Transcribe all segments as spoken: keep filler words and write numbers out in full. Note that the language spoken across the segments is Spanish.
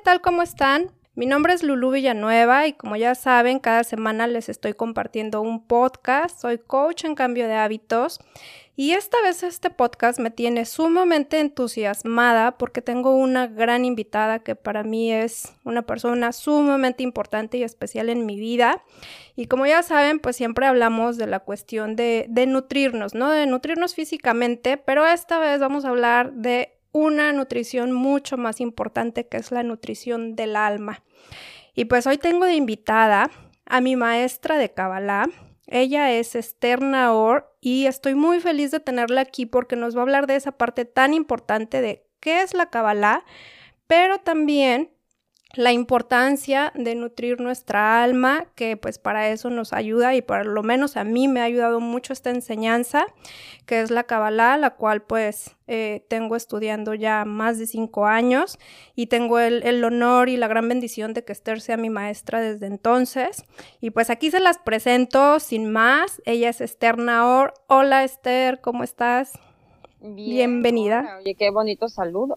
tal? ¿Cómo están? Mi nombre es Lulú Villanueva y como ya saben, cada semana les estoy compartiendo un podcast. Soy coach en cambio de hábitos y esta vez este podcast me tiene sumamente entusiasmada porque tengo una gran invitada que para mí es una persona sumamente importante y especial en mi vida. Y como ya saben, pues siempre hablamos de la cuestión de, de nutrirnos, ¿no? De nutrirnos físicamente, pero esta vez vamos a hablar de una nutrición mucho más importante, que es la nutrición del alma. Y pues hoy tengo de invitada a mi maestra de Kabbalah. Ella es Esther Naor y estoy muy feliz de tenerla aquí porque nos va a hablar de esa parte tan importante de qué es la Kabbalah, pero también la importancia de nutrir nuestra alma, que pues para eso nos ayuda y por lo menos a mí me ha ayudado mucho esta enseñanza, que es la Kabbalah, la cual pues eh, tengo estudiando ya más de cinco años y tengo el, el honor y la gran bendición de que Esther sea mi maestra desde entonces. Y pues aquí se las presento sin más. Ella es Esther Naor. Hola Esther, ¿cómo estás? Bien, Bienvenida. Hola, oye, qué bonito saludo.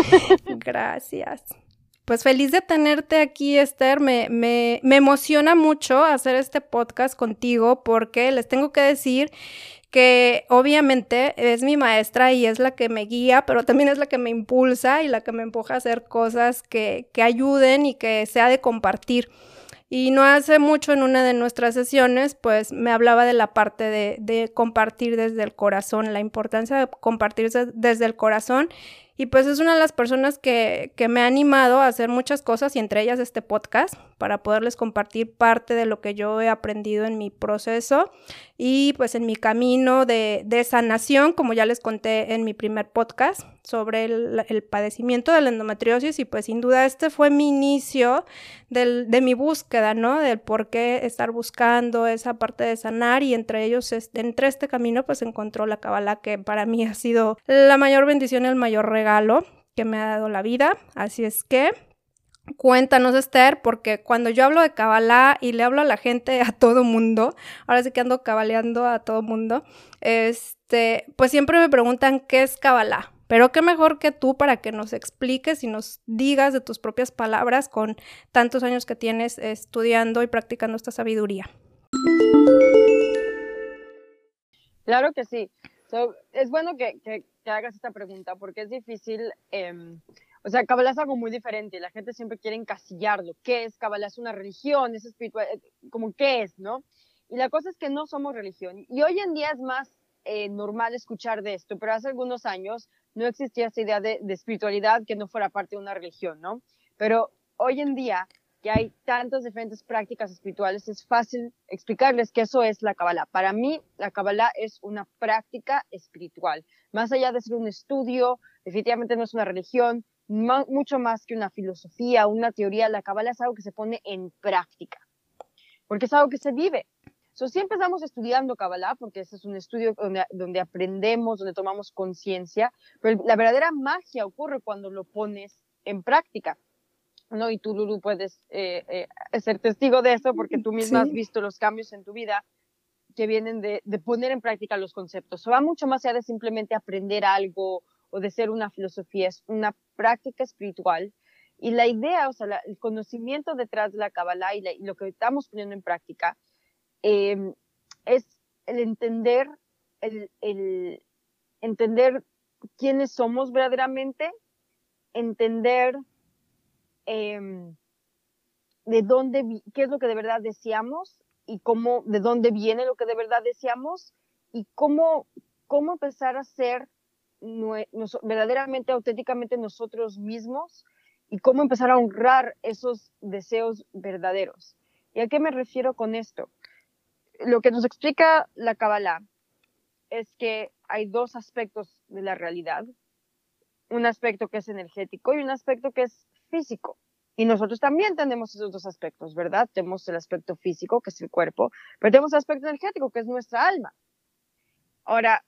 Gracias. Pues feliz de tenerte aquí, Esther. Me, me, me emociona mucho hacer este podcast contigo porque les tengo que decir que obviamente es mi maestra y es la que me guía, pero también es la que me impulsa y la que me empuja a hacer cosas que, que ayuden y que sea de compartir. Y no hace mucho en una de nuestras sesiones, pues me hablaba de la parte de, de compartir desde el corazón, la importancia de compartir desde el corazón. Y pues es una de las personas que, que me ha animado a hacer muchas cosas y entre ellas este podcast para poderles compartir parte de lo que yo he aprendido en mi proceso y pues en mi camino de, de sanación, como ya les conté en mi primer podcast sobre el, el padecimiento de la endometriosis. Y pues sin duda este fue mi inicio del, de mi búsqueda, ¿no? Del por qué estar buscando esa parte de sanar y entre ellos, este, entre este camino pues encontró la Kabbalah, que para mí ha sido la mayor bendición y el mayor regalo que me ha dado la vida. Así es que cuéntanos, Esther, porque cuando yo hablo de Kabbalah y le hablo a la gente, a todo mundo, ahora sí que ando cabaleando a todo mundo, este, pues siempre me preguntan qué es Kabbalah. Pero qué mejor que tú para que nos expliques y nos digas de tus propias palabras con tantos años que tienes estudiando y practicando esta sabiduría. Claro que sí. So, es bueno que, que, que hagas esta pregunta porque es difícil. Eh, o sea, Kabbalah es algo muy diferente. La gente siempre quiere encasillarlo. ¿Qué es Kabbalah? ¿Es una religión? ¿Es espiritual? Como, ¿qué es, no? Y la cosa es que no somos religión. Y hoy en día es más eh, normal escuchar de esto, pero hace algunos años no existía esta idea de, de espiritualidad que no fuera parte de una religión, ¿no? Pero hoy en día, que hay tantas diferentes prácticas espirituales, es fácil explicarles que eso es la Kabbalah. Para mí, la Kabbalah es una práctica espiritual. Más allá de ser un estudio, definitivamente no es una religión, mucho más que una filosofía, una teoría. La Kabbalah es algo que se pone en práctica, porque es algo que se vive. So, sí empezamos estudiando Kabbalah, porque ese es un estudio donde, donde aprendemos, donde tomamos conciencia, pero la verdadera magia ocurre cuando lo pones en práctica, ¿no? Y tú, Lulu, puedes eh, eh, ser testigo de eso, porque tú misma sí. has visto los cambios en tu vida que vienen de, de poner en práctica los conceptos. So, va mucho más allá de simplemente aprender algo o de ser una filosofía, es una práctica espiritual. Y la idea, o sea, la, el conocimiento detrás de la Kabbalah y, la, y lo que estamos poniendo en práctica eh, es el entender, el, el entender quiénes somos verdaderamente, entender eh, de dónde, qué es lo que de verdad deseamos y cómo, de dónde viene lo que de verdad deseamos y cómo, cómo empezar a ser nue, nos, verdaderamente, auténticamente nosotros mismos y cómo empezar a honrar esos deseos verdaderos. ¿Y a qué me refiero con esto? Lo que nos explica la Kabbalah es que hay dos aspectos de la realidad, un aspecto que es energético y un aspecto que es físico. Y nosotros también tenemos esos dos aspectos, ¿verdad? Tenemos el aspecto físico, que es el cuerpo, pero tenemos el aspecto energético, que es nuestra alma. Ahora,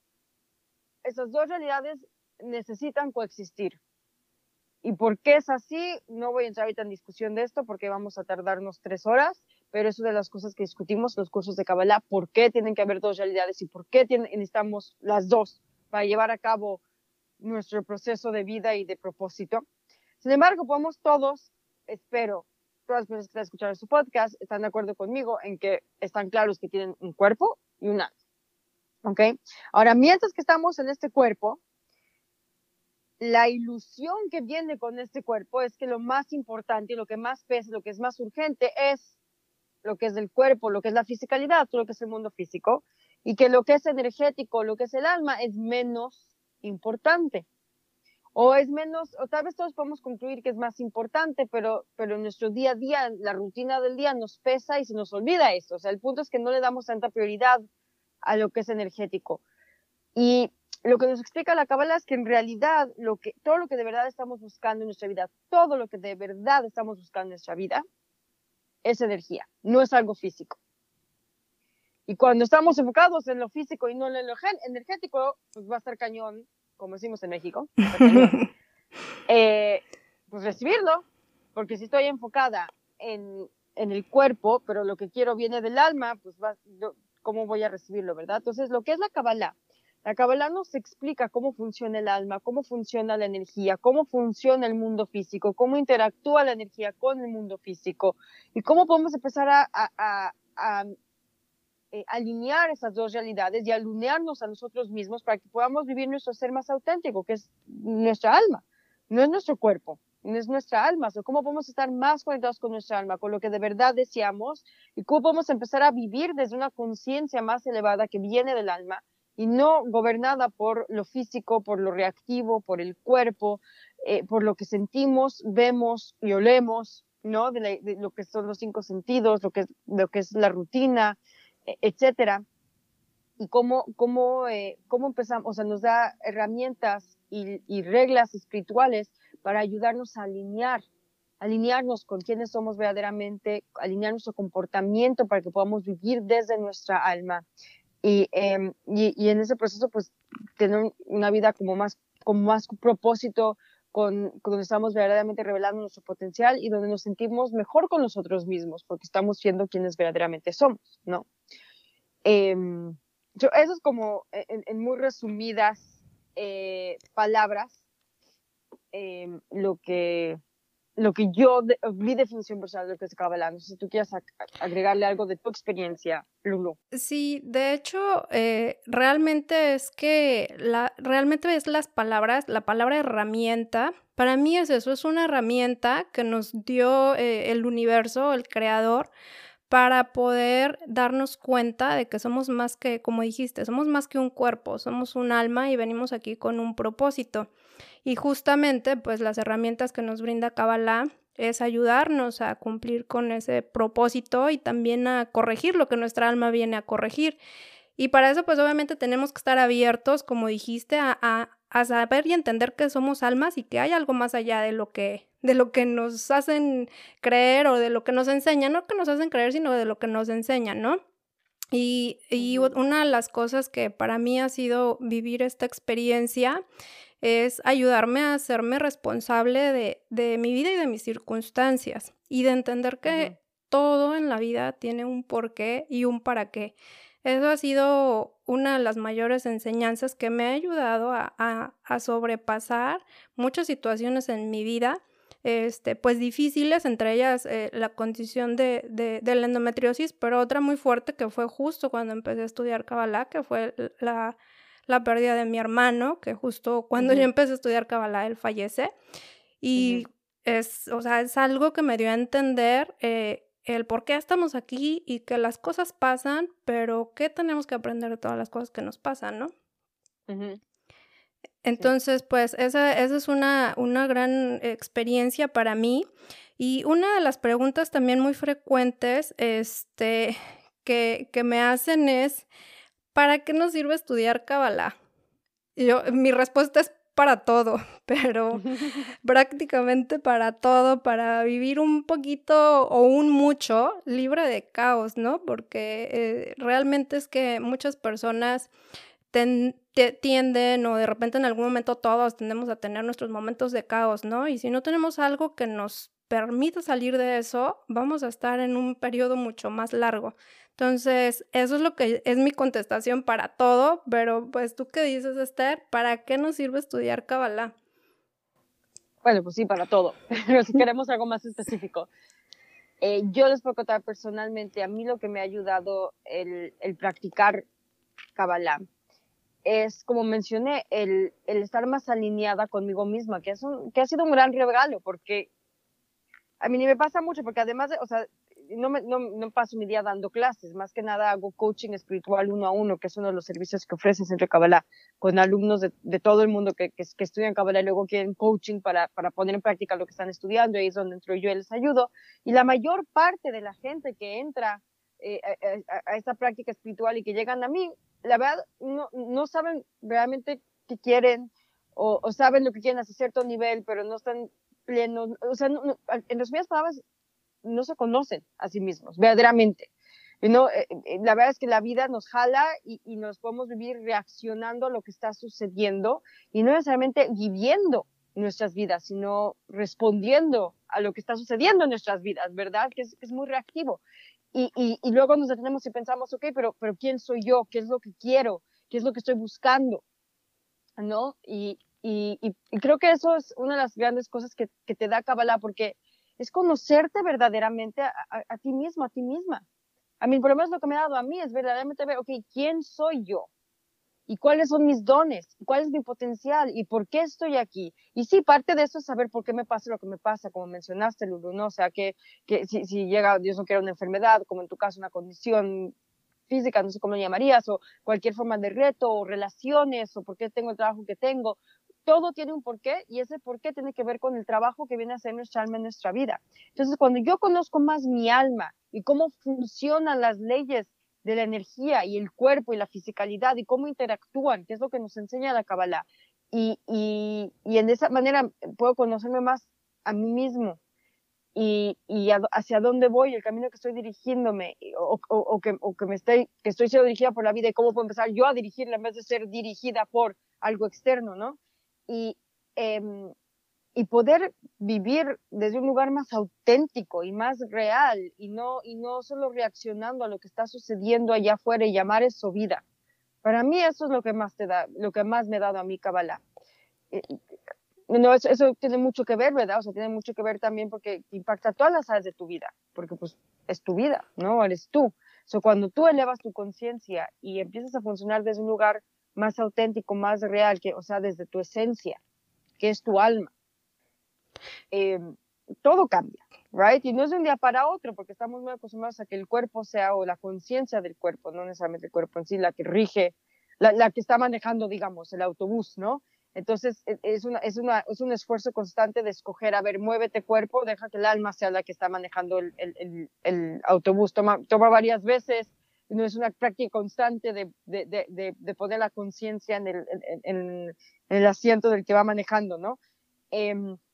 esas dos realidades necesitan coexistir. ¿Y por qué es así? No voy a entrar ahorita en discusión de esto porque vamos a tardarnos tres horas, pero es una de las cosas que discutimos en los cursos de Kabbalah, por qué tienen que haber dos realidades y por qué tienen, necesitamos las dos para llevar a cabo nuestro proceso de vida y de propósito. Sin embargo, podemos todos, espero, todas las personas que están escuchando su podcast están de acuerdo conmigo en que están claros que tienen un cuerpo y un alma. ¿Ok? Ahora, mientras que estamos en este cuerpo, la ilusión que viene con este cuerpo es que lo más importante, lo que más pesa, lo que es más urgente es lo que es del cuerpo, lo que es la fisicalidad, todo lo que es el mundo físico, y que lo que es energético, lo que es el alma, es menos importante. O es menos, o tal vez todos podemos concluir que es más importante, pero, pero en nuestro día a día, la rutina del día nos pesa y se nos olvida eso. O sea, el punto es que no le damos tanta prioridad a lo que es energético. Y lo que nos explica la Cábala es que en realidad lo que, todo lo que de verdad estamos buscando en nuestra vida, todo lo que de verdad estamos buscando en nuestra vida, es energía, no es algo físico. Y cuando estamos enfocados en lo físico y no en lo energético, pues va a estar cañón, como decimos en México, eh, pues recibirlo, porque si estoy enfocada en, en el cuerpo, pero lo que quiero viene del alma, pues va, yo, ¿cómo voy a recibirlo, verdad? Entonces, lo que es la Cábala, la Cábala nos explica cómo funciona el alma, cómo funciona la energía, cómo funciona el mundo físico, cómo interactúa la energía con el mundo físico y cómo podemos empezar a, a, a, a eh, alinear esas dos realidades y alinearnos a nosotros mismos para que podamos vivir nuestro ser más auténtico, que es nuestra alma, no es nuestro cuerpo, no es nuestra alma. O sea, cómo podemos estar más conectados con nuestra alma, con lo que de verdad deseamos y cómo podemos empezar a vivir desde una conciencia más elevada que viene del alma y no gobernada por lo físico, por lo reactivo, por el cuerpo, eh, por lo que sentimos, vemos y olemos, ¿no? De, la, de lo que son los cinco sentidos, lo que, lo que es la rutina, etcétera, y cómo, cómo, eh, cómo empezamos, o sea, nos da herramientas y, y reglas espirituales para ayudarnos a alinear, alinearnos con quienes somos verdaderamente, alinear nuestro comportamiento para que podamos vivir desde nuestra alma. Y, eh, y, y en ese proceso, pues, tener una vida como más, con más propósito, con, con donde estamos verdaderamente revelando nuestro potencial y donde nos sentimos mejor con nosotros mismos, porque estamos siendo quienes verdaderamente somos, ¿no? Eh, yo, eso es como en, en muy resumidas eh, palabras eh, lo que lo que yo, de, mi definición personal de lo que es Cábala. No sé si tú quieres ag agregarle algo de tu experiencia, Lulu. Sí, de hecho, eh, realmente es que la, realmente es las palabras, la palabra herramienta, para mí es eso, es una herramienta que nos dio eh, el universo, el creador, para poder darnos cuenta de que somos más que, como dijiste, somos más que un cuerpo, somos un alma y venimos aquí con un propósito. Y justamente, pues las herramientas que nos brinda Cábala es ayudarnos a cumplir con ese propósito y también a corregir lo que nuestra alma viene a corregir. Y para eso, pues obviamente tenemos que estar abiertos, como dijiste, a, a, a saber y entender que somos almas y que hay algo más allá de lo que, de lo que nos hacen creer o de lo que nos enseñan, no que nos hacen creer, sino de lo que nos enseñan, ¿no? Y, y uh-huh. Una de las cosas que para mí ha sido vivir esta experiencia es ayudarme a hacerme responsable de, de mi vida y de mis circunstancias y de entender que uh-huh. todo en la vida tiene un porqué y un para qué. Eso ha sido una de las mayores enseñanzas que me ha ayudado a, a, a sobrepasar muchas situaciones en mi vida, este, pues difíciles, entre ellas eh, la condición de, de, de la endometriosis, pero otra muy fuerte que fue justo cuando empecé a estudiar Cábala, que fue la, la pérdida de mi hermano, que justo cuando uh-huh. yo empecé a estudiar Cábala, él fallece. Y uh-huh. es, o sea, es algo que me dio a entender eh, el por qué estamos aquí y que las cosas pasan, pero qué tenemos que aprender de todas las cosas que nos pasan, ¿no? Uh-huh. Entonces, sí. pues, esa, esa es una, una gran experiencia para mí. Y una de las preguntas también muy frecuentes este, que, que me hacen es, ¿para qué nos sirve estudiar Cábala? Yo, mi respuesta es para todo, pero prácticamente para todo, para vivir un poquito o un mucho libre de caos, ¿no? Porque eh, realmente es que muchas personas ten, te, tienden o de repente en algún momento todos tendemos a tener nuestros momentos de caos, ¿no? Y si no tenemos algo que nos permita salir de eso, vamos a estar en un periodo mucho más largo. Entonces, eso es lo que es mi contestación para todo, pero pues tú qué dices, Esther, ¿para qué nos sirve estudiar Cábala? Bueno, pues sí, para todo, pero si queremos algo más específico. Eh, yo les puedo contar personalmente, a mí lo que me ha ayudado el, el practicar Kabbalah es, como mencioné, el, el estar más alineada conmigo misma, que, es un, que ha sido un gran regalo, porque a mí ni me pasa mucho, porque además, de, o sea, no, me, no, no paso mi día dando clases, más que nada hago coaching espiritual uno a uno, que es uno de los servicios que ofrece Centro de Kabbalah, con alumnos de, de todo el mundo que, que, que estudian Kabbalah y luego quieren coaching para, para poner en práctica lo que están estudiando, y ahí es donde entro yo y les ayudo. Y la mayor parte de la gente que entra eh, a, a, a esta práctica espiritual y que llegan a mí, la verdad, no, no saben realmente qué quieren, o, o saben lo que quieren hasta cierto nivel, pero no están plenos, o sea, no, no, en resumidas palabras, no se conocen a sí mismos, verdaderamente. ¿No? Eh, eh, la verdad es que la vida nos jala y, y nos podemos vivir reaccionando a lo que está sucediendo y no necesariamente viviendo nuestras vidas, sino respondiendo a lo que está sucediendo en nuestras vidas, ¿verdad? Que es, que es muy reactivo. Y, y, y luego nos detenemos y pensamos, ok, pero, pero ¿quién soy yo? ¿Qué es lo que quiero? ¿Qué es lo que estoy buscando? ¿No? Y, y, y creo que eso es una de las grandes cosas que, que te da Kabbalah, porque es conocerte verdaderamente a, a, a ti mismo, a ti misma. A mí, por lo menos lo que me ha dado a mí es verdaderamente ver, ok, ¿quién soy yo? ¿Y cuáles son mis dones? ¿Cuál es mi potencial? ¿Y por qué estoy aquí? Y sí, parte de eso es saber por qué me pasa lo que me pasa, como mencionaste, Lulu, ¿no? O sea, que, que si, si llega, Dios no quiera, una enfermedad, como en tu caso, una condición física, no sé cómo lo llamarías, o cualquier forma de reto, o relaciones, o por qué tengo el trabajo que tengo. Todo tiene un porqué, y ese porqué tiene que ver con el trabajo que viene a hacer nuestra alma en nuestra vida. Entonces, cuando yo conozco más mi alma y cómo funcionan las leyes de la energía y el cuerpo y la fisicalidad y cómo interactúan, que es lo que nos enseña la Kabbalah, y, y, y en esa manera puedo conocerme más a mí mismo, y, y a, hacia dónde voy, el camino que estoy dirigiéndome, o, o, o, que, o que, me estoy, que estoy siendo dirigida por la vida, y cómo puedo empezar yo a dirigirla en vez de ser dirigida por algo externo, ¿no? Y, eh, y poder vivir desde un lugar más auténtico y más real, y no, y no solo reaccionando a lo que está sucediendo allá afuera, y llamar eso vida. Para mí eso es lo que más te da, lo que más me ha dado a mí Kabbalah. No, eso, eso tiene mucho que ver, ¿verdad? O sea, tiene mucho que ver también porque impacta todas las áreas de tu vida, porque pues es tu vida, ¿no? Eres tú. O sea, cuando tú elevas tu conciencia y empiezas a funcionar desde un lugar más auténtico, más real, que, o sea, desde tu esencia, que es tu alma, eh, todo cambia, ¿right? Y no es de un día para otro, porque estamos muy acostumbrados a que el cuerpo sea, o la conciencia del cuerpo, no necesariamente el cuerpo en sí, la que rige, la, la que está manejando, digamos, el autobús, ¿no? Entonces, es, una, es, una, es un esfuerzo constante de escoger, a ver, muévete cuerpo, deja que el alma sea la que está manejando el, el, el, el autobús. Toma, toma varias veces, no es una práctica constante de, de, de, de, de poner la conciencia en el, en, en, en el asiento del que va manejando, ¿no? Eh,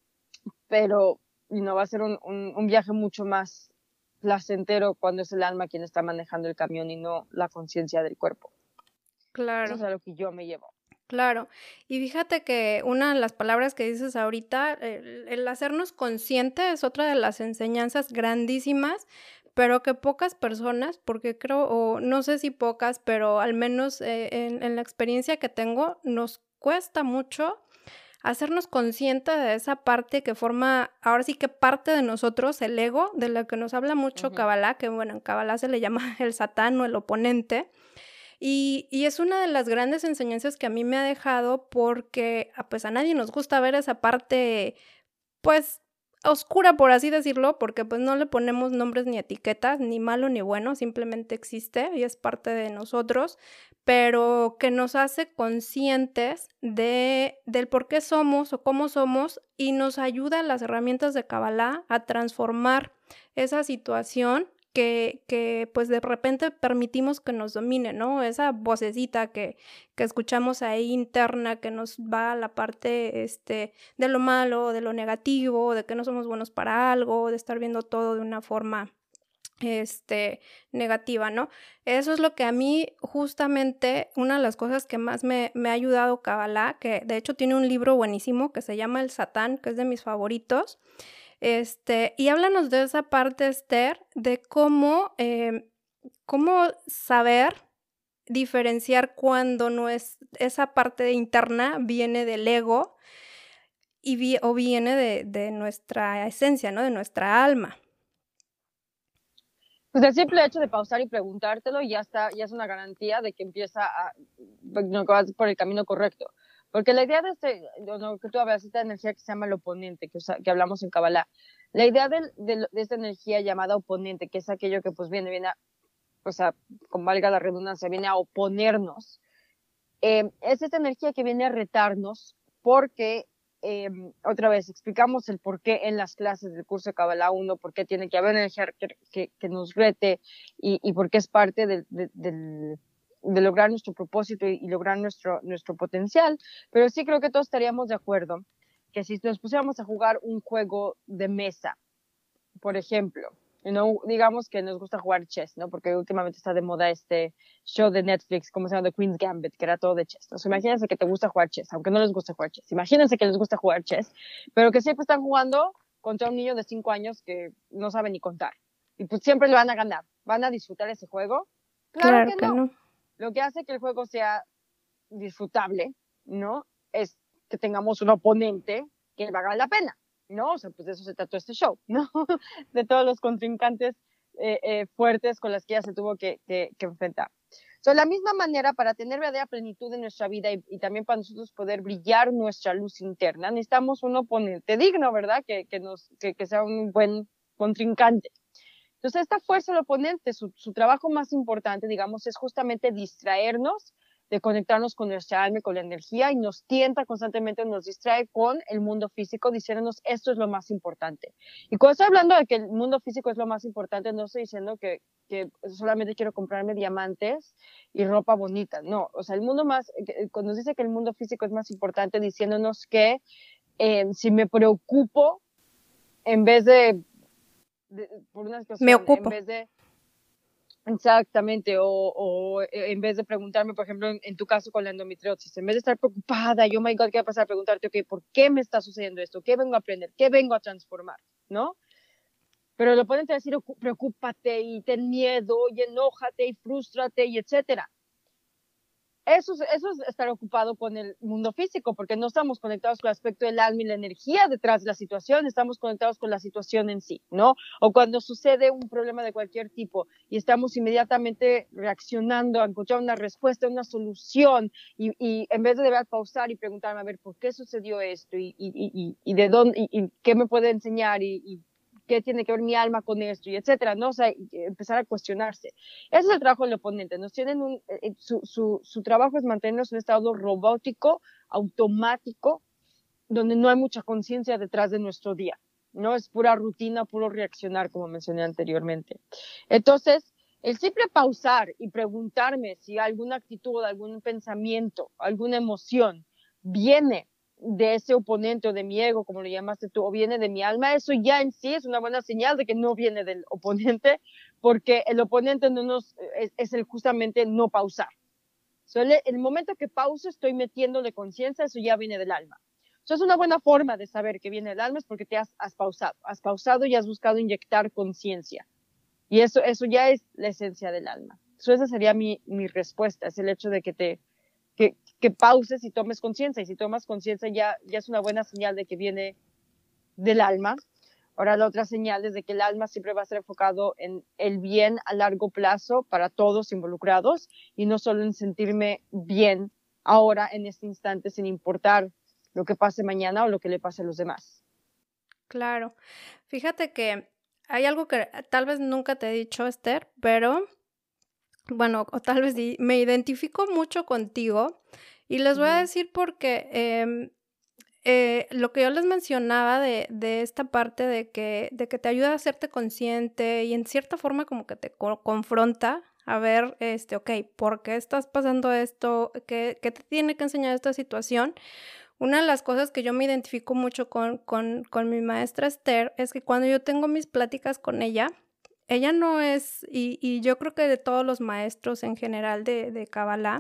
pero you know, va a ser un, un, un viaje mucho más placentero cuando es el alma quien está manejando el camión y no la conciencia del cuerpo. Claro. Eso es a lo que yo me llevo. Claro, y fíjate que una de las palabras que dices ahorita, el, el hacernos consciente es otra de las enseñanzas grandísimas, pero que pocas personas, porque creo, o no sé si pocas, pero al menos eh, en, en la experiencia que tengo, nos cuesta mucho hacernos consciente de esa parte que forma, ahora sí que parte de nosotros, el ego, de la que nos habla mucho Uh-huh. Kabbalah, que bueno, en Kabbalah se le llama el Satán o el oponente. Y, y es una de las grandes enseñanzas que a mí me ha dejado porque pues a nadie nos gusta ver esa parte, pues, oscura, por así decirlo, porque pues no le ponemos nombres ni etiquetas, ni malo ni bueno, simplemente existe y es parte de nosotros, pero que nos hace conscientes de, del por qué somos o cómo somos y nos ayuda las herramientas de Kabbalah a transformar esa situación que, que pues de repente permitimos que nos domine, ¿no? Esa vocecita que, que escuchamos ahí interna que nos va a la parte este, de lo malo, de lo negativo, de que no somos buenos para algo, de estar viendo todo de una forma este, negativa, ¿no? Eso es lo que a mí justamente una de las cosas que más me, me ha ayudado Kabbalah, que de hecho tiene un libro buenísimo que se llama El Satán, que es de mis favoritos. Este, y háblanos de esa parte, Esther, de cómo, eh, cómo saber diferenciar cuando no es esa parte interna viene del ego y vi, o viene de, de nuestra esencia, ¿no? De nuestra alma. Pues el simple hecho de pausar y preguntártelo ya está, ya es una garantía de que empieza a, no, que vas por el camino correcto. Porque la idea de este, lo que tú hablas, esta energía que se llama el oponente, que, que hablamos en Kabbalah, la idea de, de, de esta energía llamada oponente, que es aquello que pues viene, viene a, o sea, con valga la redundancia, viene a oponernos, eh, es esta energía que viene a retarnos porque Eh, otra vez, explicamos el por qué en las clases del curso de Kabbalah uno, por qué tiene que haber energía que, que, que nos rete y, y por qué es parte de, de, de, de lograr nuestro propósito y, y lograr nuestro, nuestro potencial. Pero sí creo que todos estaríamos de acuerdo que si nos pusiéramos a jugar un juego de mesa, por ejemplo, ¿no? Digamos que nos gusta jugar chess, ¿no? Porque últimamente está de moda este show de Netflix, como se llama, The Queen's Gambit, que era todo de chess. Entonces, imagínense que te gusta jugar chess, aunque no les gusta jugar chess. Imagínense que les gusta jugar chess, pero que siempre están jugando contra un niño de cinco años que no sabe ni contar. Y pues siempre le van a ganar. ¿Van a disfrutar ese juego? Claro, claro que, que no. no. Lo que hace que el juego sea disfrutable, ¿no? Es que tengamos un oponente que valga la pena. ¿No? O sea, pues de eso se trató este show, ¿no? De todos los contrincantes eh, eh, fuertes con las que ella se tuvo que, que, que enfrentar. So, de la misma manera, para tener verdadera plenitud en nuestra vida y, y también para nosotros poder brillar nuestra luz interna, necesitamos un oponente digno, ¿verdad? Que, que, nos, que, que sea un buen contrincante. Entonces, esta fuerza del oponente, su, su trabajo más importante, digamos, es justamente distraernos de conectarnos con nuestra alma y con la energía, y nos tienta constantemente, nos distrae con el mundo físico, diciéndonos esto es lo más importante. Y cuando estoy hablando de que el mundo físico es lo más importante, no estoy diciendo que, que solamente quiero comprarme diamantes y ropa bonita, no, o sea, el mundo más, cuando nos dice que el mundo físico es más importante, diciéndonos que eh, si me preocupo, en vez de, de por una situación, me ocupo. en vez de Exactamente, o, o en vez de preguntarme, por ejemplo, en, en tu caso con la endometriosis, en vez de estar preocupada, yo, oh my God, ¿qué va a pasar? Preguntarte, ok, ¿por qué me está sucediendo esto? ¿Qué vengo a aprender? ¿Qué vengo a transformar? ¿No? Pero lo pueden decir, preocúpate y ten miedo y enójate y frústrate y etcétera. Eso, eso es estar ocupado con el mundo físico, porque no estamos conectados con el aspecto del alma y la energía detrás de la situación, estamos conectados con la situación en sí, ¿no? O cuando sucede un problema de cualquier tipo y estamos inmediatamente reaccionando a encontrar una respuesta, una solución, y, y en vez de deber pausar y preguntarme, a ver, ¿por qué sucedió esto? Y, y, y, y de dónde, y, y qué me puede enseñar, y, y qué tiene que ver mi alma con esto, y etcétera, ¿no? O sea, empezar a cuestionarse. Ese es el trabajo del oponente. Nos tienen un, eh, su, su, su trabajo es mantenernos en un estado robótico, automático, donde no hay mucha conciencia detrás de nuestro día, ¿no? Es pura rutina, puro reaccionar, como mencioné anteriormente. Entonces, el simple pausar y preguntarme si alguna actitud, algún pensamiento, alguna emoción viene de ese oponente o de mi ego, como lo llamaste tú, o viene de mi alma, eso ya en sí es una buena señal de que no viene del oponente, porque el oponente no nos, es, es el justamente no pausar. So, el, el momento que pauso estoy metiéndole conciencia, eso ya viene del alma. Eso es una buena forma de saber que viene del alma, es porque te has, has pausado, has pausado y has buscado inyectar conciencia. Y eso, eso ya es la esencia del alma. So, esa sería mi, mi respuesta, es el hecho de que te Que, que pauses y tomes conciencia, y si tomas conciencia ya, ya es una buena señal de que viene del alma. Ahora la otra señal es de que el alma siempre va a estar enfocado en el bien a largo plazo para todos involucrados, y no solo en sentirme bien ahora en este instante sin importar lo que pase mañana o lo que le pase a los demás. Claro, fíjate que hay algo que tal vez nunca te he dicho, Esther, pero bueno, o tal vez me identifico mucho contigo, y les voy uh-huh. a decir porque eh, eh, lo que yo les mencionaba de, de esta parte de que, de que te ayuda a hacerte consciente y en cierta forma como que te co- confronta a ver, este, ok, ¿por qué estás pasando esto? ¿Qué, qué te tiene que enseñar esta situación? Una de las cosas que yo me identifico mucho con, con, con mi maestra Esther es que cuando yo tengo mis pláticas con ella, ella no es, y, y yo creo que de todos los maestros en general de, de Kabbalah,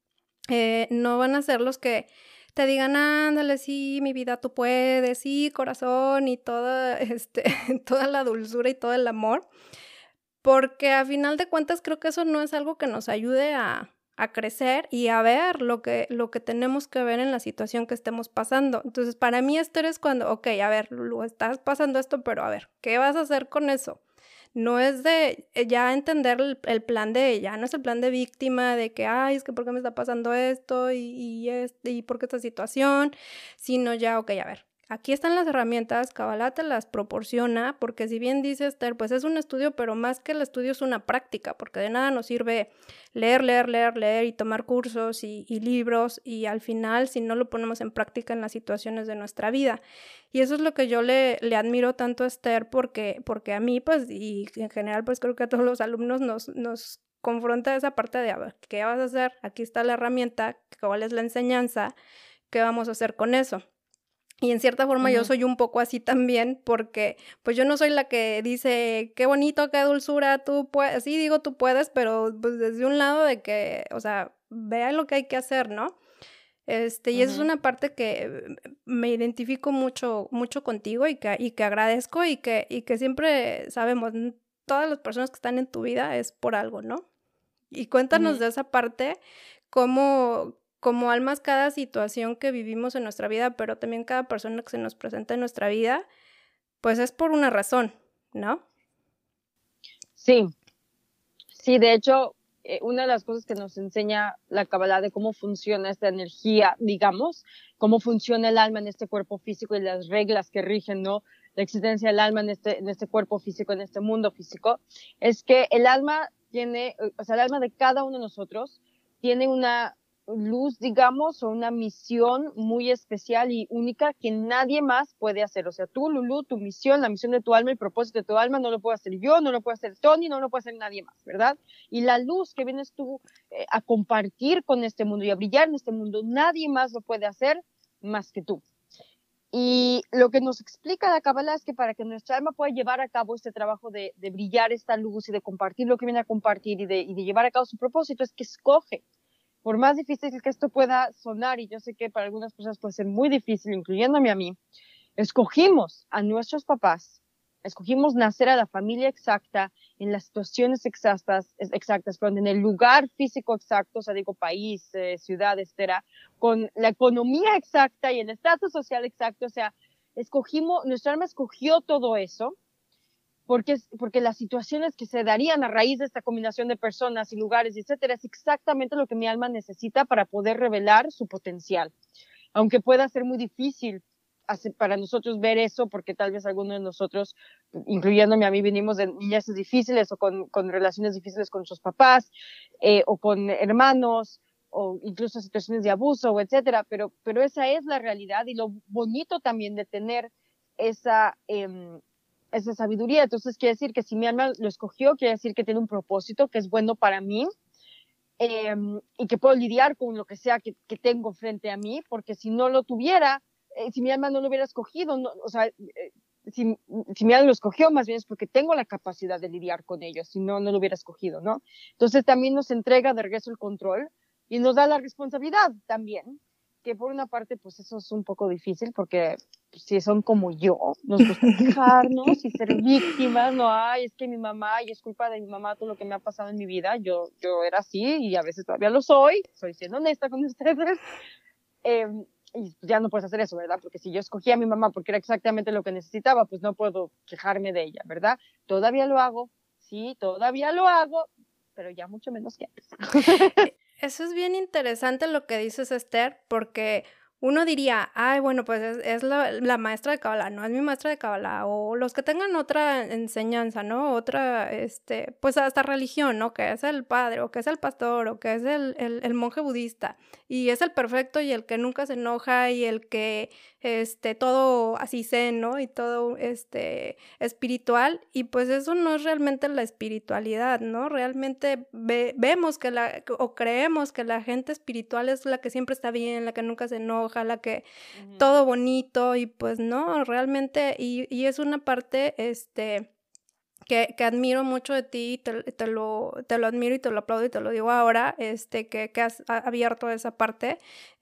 eh, no van a ser los que te digan, ándale, sí, mi vida, tú puedes, sí, corazón, y toda, este, toda la dulzura y todo el amor, porque a final de cuentas creo que eso no es algo que nos ayude a, a crecer y a ver lo que, lo que tenemos que ver en la situación que estemos pasando. Entonces, para mí, Esther, es cuando, ok, a ver, lo estás pasando esto, pero a ver, ¿qué vas a hacer con eso? No es de ya entender el, el plan de ella, no es el plan de víctima, de que, ay, es que ¿por qué me está pasando esto? Y, y, este, y ¿por qué esta situación? Sino ya, ok, a ver, aquí están las herramientas, Kabbalah te las proporciona, porque si bien dice Esther, pues es un estudio, pero más que el estudio es una práctica, porque de nada nos sirve leer, leer, leer, leer y tomar cursos y, y libros, y al final, si no lo ponemos en práctica en las situaciones de nuestra vida. Y eso es lo que yo le, le admiro tanto a Esther, porque, porque a mí, pues, y en general, pues creo que a todos los alumnos nos, nos confronta esa parte de, a ver, ¿qué vas a hacer? Aquí está la herramienta, ¿cuál es la enseñanza? ¿Qué vamos a hacer con eso? Y en cierta forma uh-huh. yo soy un poco así también, porque pues yo no soy la que dice, qué bonito, qué dulzura, tú puedes, sí digo tú puedes, pero pues desde un lado de que, o sea, vea lo que hay que hacer, ¿no? Este, y uh-huh. esa es una parte que me identifico mucho, mucho contigo y que, y que agradezco y que, y que siempre sabemos, todas las personas que están en tu vida es por algo, ¿no? Y cuéntanos uh-huh. de esa parte, cómo... como almas, cada situación que vivimos en nuestra vida, pero también cada persona que se nos presenta en nuestra vida, pues es por una razón, ¿no? Sí, sí, de hecho, eh, una de las cosas que nos enseña la Kabbalah de cómo funciona esta energía, digamos, cómo funciona el alma en este cuerpo físico y las reglas que rigen, ¿no?, la existencia del alma en este, en este cuerpo físico, en este mundo físico, es que el alma tiene, o sea, el alma de cada uno de nosotros tiene una luz, digamos, o una misión muy especial y única que nadie más puede hacer. O sea, tú, Lulú, tu misión, la misión de tu alma, el propósito de tu alma, no lo puedo hacer yo, no lo puede hacer Tony, no lo puede hacer nadie más, ¿verdad? Y la luz que vienes tú eh, a compartir con este mundo y a brillar en este mundo, nadie más lo puede hacer más que tú. Y lo que nos explica la Kabbalah es que para que nuestra alma pueda llevar a cabo este trabajo de, de brillar esta luz y de compartir lo que viene a compartir y de, y de llevar a cabo su propósito, es que escoge. Por más difícil que esto pueda sonar, y yo sé que para algunas personas puede ser muy difícil, incluyéndome a mí, escogimos a nuestros papás, escogimos nacer a la familia exacta, en las situaciones exactas, exactas, pero en el lugar físico exacto, o sea, digo, país, eh, ciudad, etcétera, con la economía exacta y el estatus social exacto, o sea, escogimos, nuestra alma escogió todo eso, Porque, porque las situaciones que se darían a raíz de esta combinación de personas y lugares, etcétera, es exactamente lo que mi alma necesita para poder revelar su potencial. Aunque pueda ser muy difícil para nosotros ver eso, porque tal vez algunos de nosotros, incluyéndome a mí, venimos de niñeces difíciles o con, con relaciones difíciles con nuestros papás, eh, o con hermanos, o incluso situaciones de abuso, etcétera, pero, pero esa es la realidad y lo bonito también de tener esa... Eh, esa sabiduría. Entonces quiere decir que si mi alma lo escogió, quiere decir que tiene un propósito que es bueno para mí, eh, y que puedo lidiar con lo que sea que, que tengo frente a mí, porque si no lo tuviera, eh, si mi alma no lo hubiera escogido, no, o sea, eh, si, si mi alma lo escogió, más bien es porque tengo la capacidad de lidiar con ellos, si no, no lo hubiera escogido, ¿no? Entonces también nos entrega de regreso el control y nos da la responsabilidad también, que por una parte, pues eso es un poco difícil, porque pues, si son como yo, nos gusta quejarnos y ser víctimas, no, ay, es que mi mamá, y es culpa de mi mamá todo lo que me ha pasado en mi vida, yo, yo era así, y a veces todavía lo soy, soy siendo honesta con ustedes, eh, y ya no puedes hacer eso, ¿verdad? Porque si yo escogí a mi mamá porque era exactamente lo que necesitaba, pues no puedo quejarme de ella, ¿verdad? Todavía lo hago, sí, todavía lo hago, pero ya mucho menos que antes. Eso es bien interesante lo que dices, Esther, porque uno diría, ay, bueno, pues es, es la, la maestra de Kabbalah, no es mi maestra de Kabbalah, o los que tengan otra enseñanza, ¿no? Otra, este, pues hasta religión, ¿no? Que es el padre, o que es el pastor, o que es el, el, el monje budista, y es el perfecto y el que nunca se enoja y el que, este, todo así zen, ¿no? Y todo, este, espiritual, y pues eso no es realmente la espiritualidad, ¿no? Realmente ve, vemos que la, o creemos que la gente espiritual es la que siempre está bien, la que nunca se enoja, la que uh-huh. todo bonito, y pues no, realmente, y, y es una parte, este... Que, que admiro mucho de ti, y te, te, lo, te lo admiro y te lo aplaudo y te lo digo ahora, este, que, que has abierto esa parte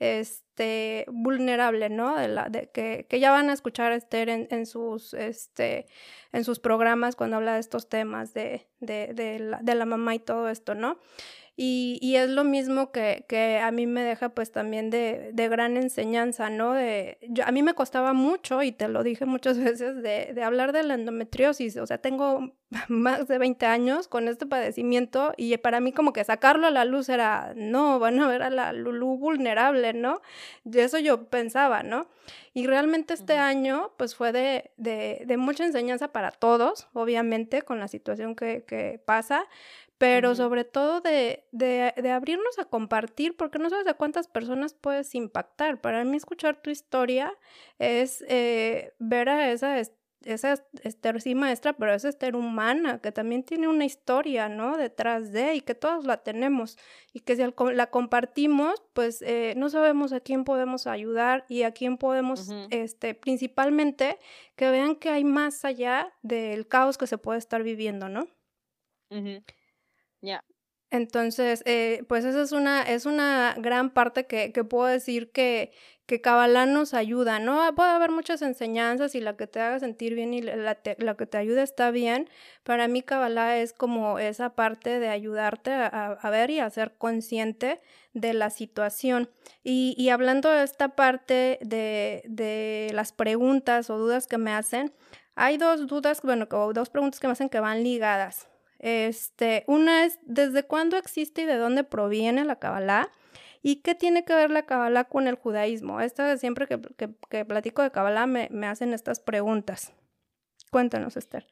este, vulnerable, ¿no? De la, de, que, que ya van a escuchar a Esther en, en, sus, este, en sus programas cuando habla de estos temas de, de, de, la, de la mamá y todo esto, ¿no? Y, y es lo mismo que, que a mí me deja pues también de, de gran enseñanza, ¿no? De, yo, a mí me costaba mucho, y te lo dije muchas veces, de, de hablar de la endometriosis. O sea, tengo más de veinte años con este padecimiento y para mí como que sacarlo a la luz era, no, van a ver a la Lulú vulnerable, ¿no? De eso yo pensaba, ¿no? Y realmente este uh-huh. año pues fue de, de, de mucha enseñanza para todos, obviamente, con la situación que, que pasa, pero uh-huh. sobre todo de, de, de abrirnos a compartir, porque no sabes a cuántas personas puedes impactar. Para mí escuchar tu historia es eh, ver a esa, esa Esther sí maestra, pero es Esther humana, que también tiene una historia, ¿no? Detrás de, y que todos la tenemos, y que si la compartimos, pues eh, no sabemos a quién podemos ayudar y a quién podemos, uh-huh. este, principalmente, que vean que hay más allá del caos que se puede estar viviendo, ¿no? Uh-huh. Ya. Yeah. Entonces, eh, pues esa es una, es una gran parte que, que puedo decir que, que Kabbalah nos ayuda, ¿no? Puede haber muchas enseñanzas y la que te haga sentir bien y la, te, la que te ayude está bien. Para mí Kabbalah es como esa parte de ayudarte a, a ver y a ser consciente de la situación. Y, y hablando de esta parte de, de las preguntas o dudas que me hacen, hay dos dudas, bueno, dos preguntas que me hacen que van ligadas. Este, una es, ¿desde cuándo existe y de dónde proviene la Kabbalah? ¿Y qué tiene que ver la Kabbalah con el judaísmo? Esta, siempre que, que, que platico de Kabbalah me, me hacen estas preguntas. Cuéntanos, Esther.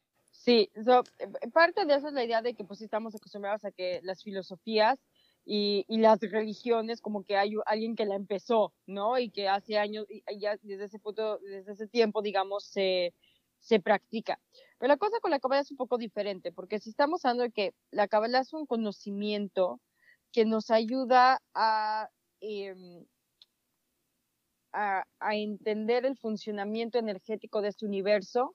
Sí, so, parte de eso es la idea de que pues estamos acostumbrados a que las filosofías y, y las religiones como que hay alguien que la empezó, ¿no? Y que hace años, y ya desde ese punto, desde ese tiempo, digamos, se... se practica. Pero la cosa con la Kabbalah es un poco diferente, porque si estamos hablando de que la Kabbalah es un conocimiento que nos ayuda a, eh, a, a entender el funcionamiento energético de este universo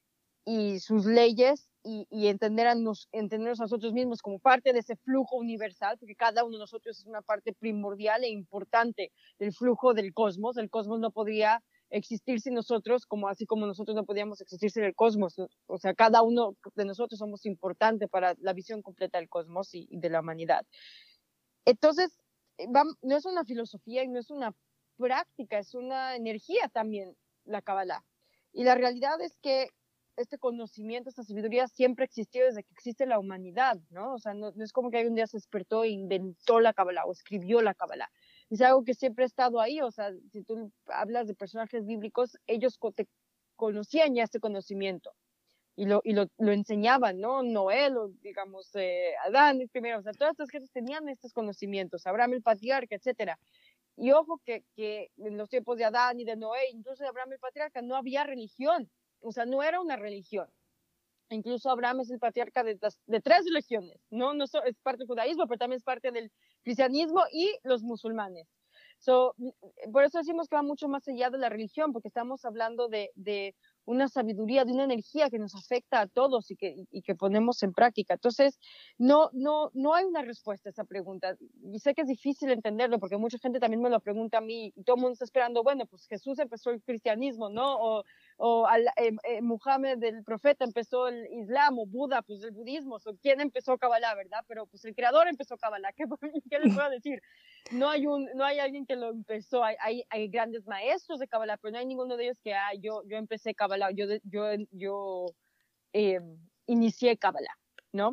y sus leyes y, y entender a nos, entendernos a nosotros mismos como parte de ese flujo universal, porque cada uno de nosotros es una parte primordial e importante del flujo del cosmos. El cosmos no podría existir sin nosotros, como así como nosotros no podíamos existir sin el cosmos. O sea, cada uno de nosotros somos importante para la visión completa del cosmos y, y de la humanidad. Entonces, va, no es una filosofía y no es una práctica, es una energía también la Kabbalah. Y la realidad es que este conocimiento, esta sabiduría siempre existió desde que existe la humanidad, ¿no? O sea, no, no es como que un día se despertó e inventó la Kabbalah o escribió la Kabbalah. Es algo que siempre ha estado ahí. O sea, si tú hablas de personajes bíblicos, ellos te conocían ya este conocimiento y lo, y lo, lo enseñaban, ¿no? Noé, o digamos, eh, Adán, primero, o sea, todas estas gentes tenían estos conocimientos, Abraham el patriarca, etcétera. Y ojo que, que en los tiempos de Adán y de Noé, incluso de Abraham el patriarca, no había religión. O sea, no era una religión. Incluso Abraham es el patriarca de, las, de tres religiones, ¿no? No so, es parte del judaísmo, pero también es parte del cristianismo y los musulmanes. So, por eso decimos que va mucho más allá de la religión, porque estamos hablando de, de una sabiduría, de una energía que nos afecta a todos y que, y que ponemos en práctica. Entonces, no, no, no hay una respuesta a esa pregunta. Y sé que es difícil entenderlo, porque mucha gente también me lo pregunta a mí, y todo el mundo está esperando, bueno, pues Jesús empezó el cristianismo, ¿no? O, o al, eh, eh, Muhammad, el profeta, empezó el Islam, o Buda, pues el budismo, o quién empezó Kabbalah, ¿verdad? Pero pues el creador empezó Kabbalah, ¿qué, qué les puedo decir? No hay, un, no hay alguien que lo empezó, hay, hay, hay grandes maestros de Kabbalah, pero no hay ninguno de ellos que, ah, yo, yo empecé Kabbalah, yo, yo, yo eh, inicié Kabbalah, ¿no?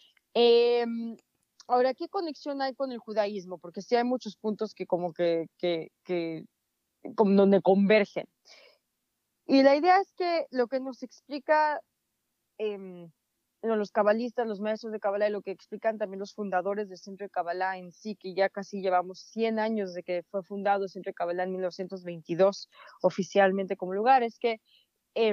Eh, ahora, ¿qué conexión hay con el judaísmo? Porque sí hay muchos puntos que como que, que, que como donde convergen. Y la idea es que lo que nos explica eh, los cabalistas, los maestros de Kabbalah, y lo que explican también los fundadores del Centro de Kabbalah en sí, que ya casi llevamos cien años de que fue fundado el Centro de Kabbalah en mil novecientos veintidós oficialmente como lugar, es que eh,